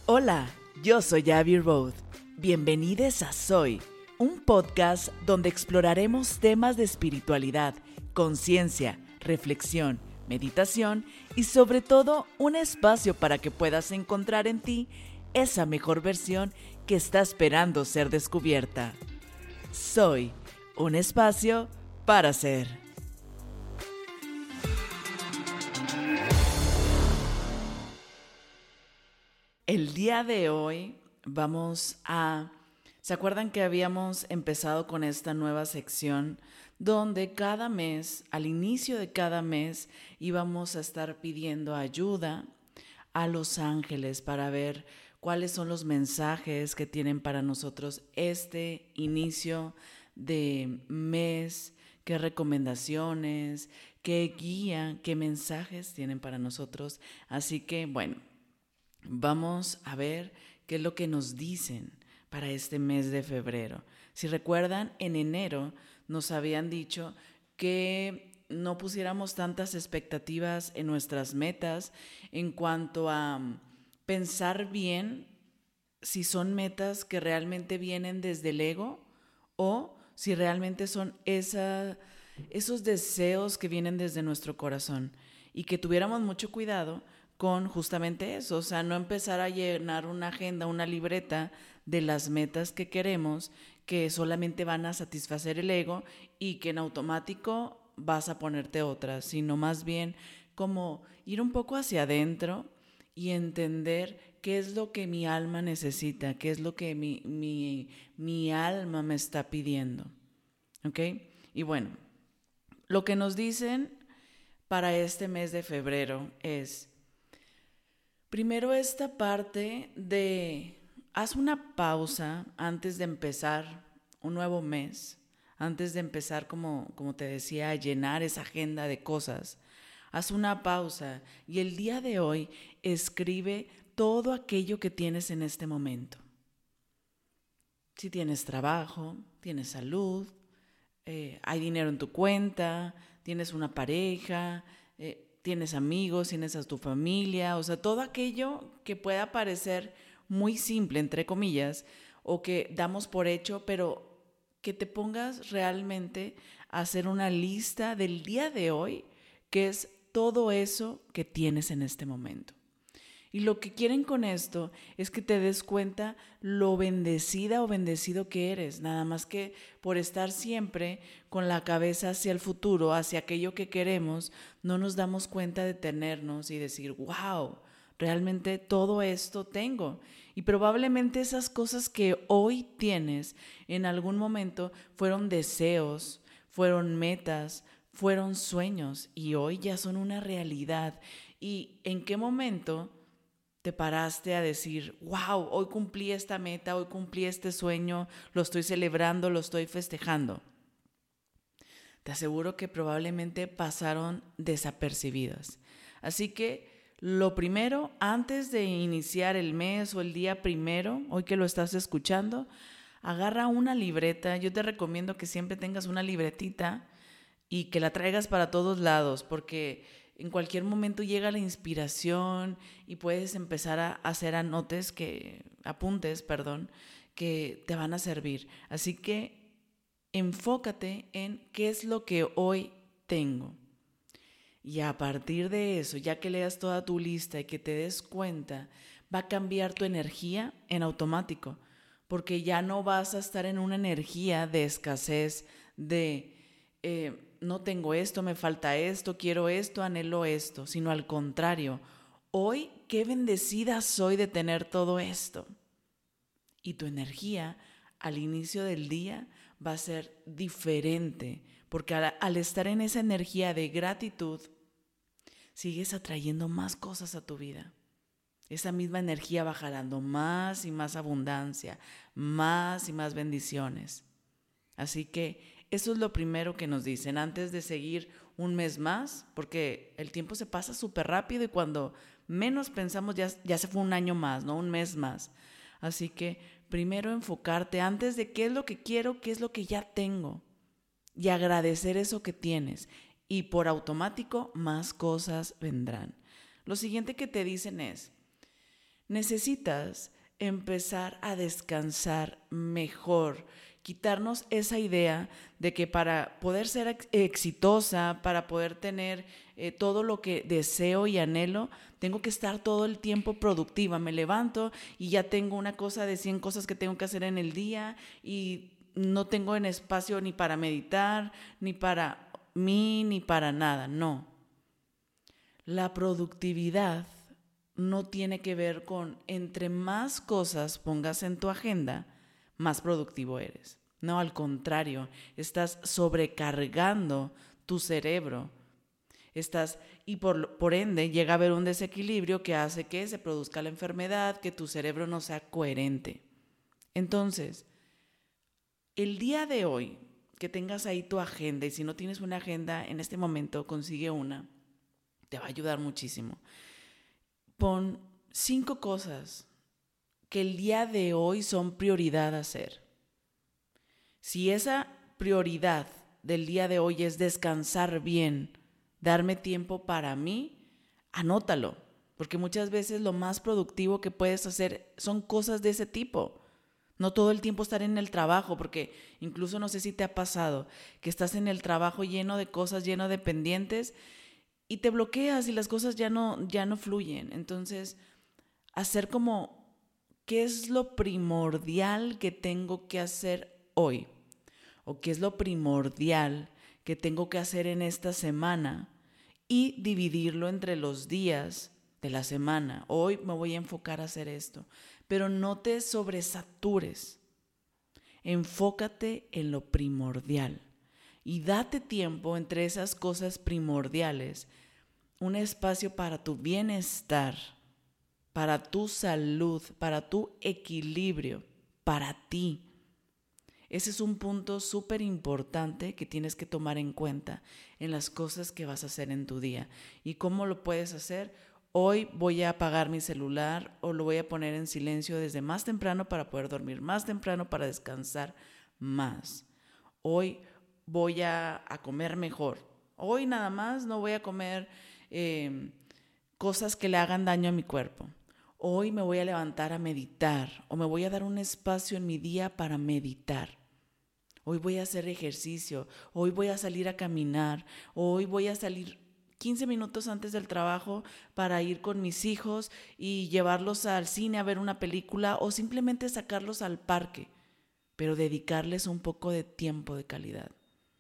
Hola, yo soy Abby Road. Bienvenidos a Soy, un podcast donde exploraremos temas de espiritualidad, conciencia, reflexión, meditación y sobre todo un espacio para que puedas encontrar en ti esa mejor versión que está esperando ser descubierta. Soy un espacio para ser. El día de hoy ¿se acuerdan que habíamos empezado con esta nueva sección donde cada mes, al inicio de cada mes, íbamos a estar pidiendo ayuda a los ángeles para ver cuáles son los mensajes que tienen para nosotros este inicio de mes, qué recomendaciones, qué guía, qué mensajes tienen para nosotros? Así que, bueno, vamos a ver qué es lo que nos dicen para este mes de febrero. Si recuerdan, en enero nos habían dicho que no pusiéramos tantas expectativas en nuestras metas en cuanto a pensar bien si son metas que realmente vienen desde el ego o si realmente son esos deseos que vienen desde nuestro corazón, y que tuviéramos mucho cuidado con justamente eso, o sea, no empezar a llenar una agenda, una libreta de las metas que queremos, que solamente van a satisfacer el ego y que en automático vas a ponerte otras, sino más bien como ir un poco hacia adentro y entender qué es lo que mi alma necesita, qué es lo que mi alma me está pidiendo, ¿ok? Y bueno, lo que nos dicen para este mes de febrero es: primero, esta parte de haz una pausa antes de empezar un nuevo mes, antes de empezar, como te decía, a llenar esa agenda de cosas. Haz una pausa y el día de hoy escribe todo aquello que tienes en este momento. Si tienes trabajo, tienes salud, hay dinero en tu cuenta, tienes una pareja, tienes amigos, tienes a tu familia, o sea, todo aquello que pueda parecer muy simple, entre comillas, o que damos por hecho, pero que te pongas realmente a hacer una lista del día de hoy, que es todo eso que tienes en este momento. Y lo que quieren con esto es que te des cuenta lo bendecida o bendecido que eres, nada más que por estar siempre con la cabeza hacia el futuro, hacia aquello que queremos, no nos damos cuenta de detenernos y decir, wow, realmente todo esto tengo. Y probablemente esas cosas que hoy tienes en algún momento fueron deseos, fueron metas, fueron sueños y hoy ya son una realidad. ¿Y en qué momento te paraste a decir, wow, hoy cumplí esta meta, hoy cumplí este sueño, lo estoy celebrando, lo estoy festejando? Te aseguro que probablemente pasaron desapercibidas. Así que lo primero, antes de iniciar el mes o el día primero, hoy que lo estás escuchando, agarra una libreta. Yo te recomiendo que siempre tengas una libretita y que la traigas para todos lados, porque en cualquier momento llega la inspiración y puedes empezar a hacer apuntes, que te van a servir. Así que enfócate en qué es lo que hoy tengo. Y a partir de eso, ya que leas toda tu lista y que te des cuenta, va a cambiar tu energía en automático, porque ya no vas a estar en una energía de escasez, de no tengo esto, me falta esto, quiero esto, anhelo esto, sino al contrario, hoy qué bendecida soy de tener todo esto. Y tu energía al inicio del día va a ser diferente, porque al estar en esa energía de gratitud, sigues atrayendo más cosas a tu vida. Esa misma energía va jalando más y más abundancia, más y más bendiciones. Así que eso es lo primero que nos dicen antes de seguir un mes más, porque el tiempo se pasa súper rápido y cuando menos pensamos ya se fue un año más, ¿no? Un mes más. Así que primero enfocarte antes de qué es lo que quiero, qué es lo que ya tengo, y agradecer eso que tienes. Y por automático más cosas vendrán. Lo siguiente que te dicen es: necesitas empezar a descansar mejor, quitarnos esa idea de que para poder ser exitosa, para poder tener todo lo que deseo y anhelo, tengo que estar todo el tiempo productiva. Me levanto y ya tengo una cosa de 100 cosas que tengo que hacer en el día y no tengo en espacio ni para meditar, ni para mí, ni para nada. No. La productividad no tiene que ver con entre más cosas pongas en tu agenda, más productivo eres. No, al contrario, estás sobrecargando tu cerebro. Y por ende llega a haber un desequilibrio que hace que se produzca la enfermedad, que tu cerebro no sea coherente. Entonces, el día de hoy, que tengas ahí tu agenda, y si no tienes una agenda en este momento, consigue una, te va a ayudar muchísimo. Pon 5 cosas que el día de hoy son prioridad a hacer. Si esa prioridad del día de hoy es descansar bien, darme tiempo para mí, anótalo, porque muchas veces lo más productivo que puedes hacer son cosas de ese tipo. No todo el tiempo estar en el trabajo, porque incluso no sé si te ha pasado que estás en el trabajo lleno de cosas, lleno de pendientes y te bloqueas y las cosas ya no fluyen. Entonces, hacer como, ¿qué es lo primordial que tengo que hacer hoy? ¿O qué es lo primordial que tengo que hacer en esta semana? Y dividirlo entre los días de la semana. Hoy me voy a enfocar a hacer esto. Pero no te sobresatures. Enfócate en lo primordial. Y date tiempo entre esas cosas primordiales. Un espacio para tu bienestar, para tu salud, para tu equilibrio, para ti. Ese es un punto súper importante que tienes que tomar en cuenta en las cosas que vas a hacer en tu día. ¿Y cómo lo puedes hacer? Hoy voy a apagar mi celular o lo voy a poner en silencio desde más temprano para poder dormir más temprano, para descansar más. Hoy voy a comer mejor. Hoy nada más no voy a comer cosas que le hagan daño a mi cuerpo. Hoy me voy a levantar a meditar o me voy a dar un espacio en mi día para meditar. Hoy voy a hacer ejercicio, hoy voy a salir a caminar, hoy voy a salir 15 minutos antes del trabajo para ir con mis hijos y llevarlos al cine a ver una película o simplemente sacarlos al parque, pero dedicarles un poco de tiempo de calidad.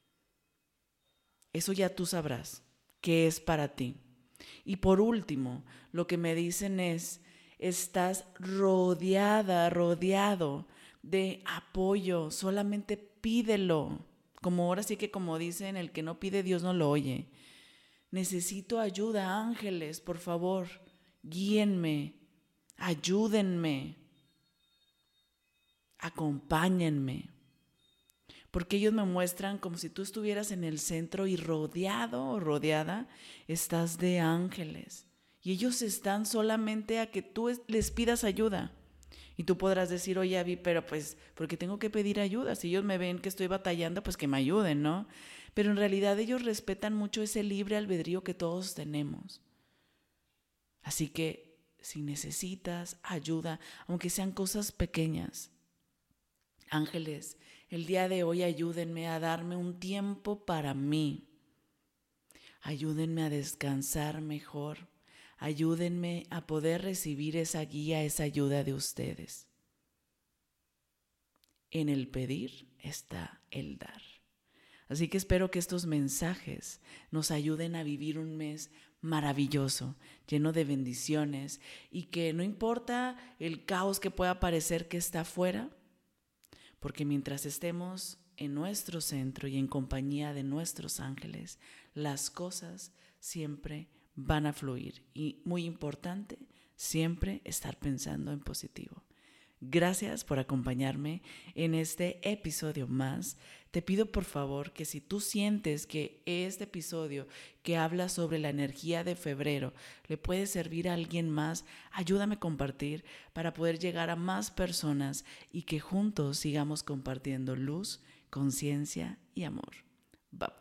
Eso ya tú sabrás qué es para ti. Y por último, lo que me dicen es, estás rodeado de apoyo, solamente pídelo. Como ahora sí que como dicen, el que no pide Dios no lo oye. Necesito ayuda, ángeles, por favor, guíenme, ayúdenme, acompáñenme. Porque ellos me muestran como si tú estuvieras en el centro y rodeado o rodeada estás de ángeles. Y ellos están solamente a que tú les pidas ayuda. Y tú podrás decir, oye, Abby, pero pues, ¿por qué tengo que pedir ayuda? Si ellos me ven que estoy batallando, pues que me ayuden, ¿no? Pero en realidad ellos respetan mucho ese libre albedrío que todos tenemos. Así que si necesitas ayuda, aunque sean cosas pequeñas, ángeles, el día de hoy ayúdenme a darme un tiempo para mí. Ayúdenme a descansar mejor. Ayúdenme a poder recibir esa guía, esa ayuda de ustedes. En el pedir está el dar. Así que espero que estos mensajes nos ayuden a vivir un mes maravilloso, lleno de bendiciones y que no importa el caos que pueda parecer que está afuera, porque mientras estemos en nuestro centro y en compañía de nuestros ángeles, las cosas siempre van a fluir. Y muy importante, siempre estar pensando en positivo. Gracias por acompañarme en este episodio más. Te pido por favor que si tú sientes que este episodio que habla sobre la energía de febrero le puede servir a alguien más, ayúdame a compartir para poder llegar a más personas y que juntos sigamos compartiendo luz, conciencia y amor. Bye.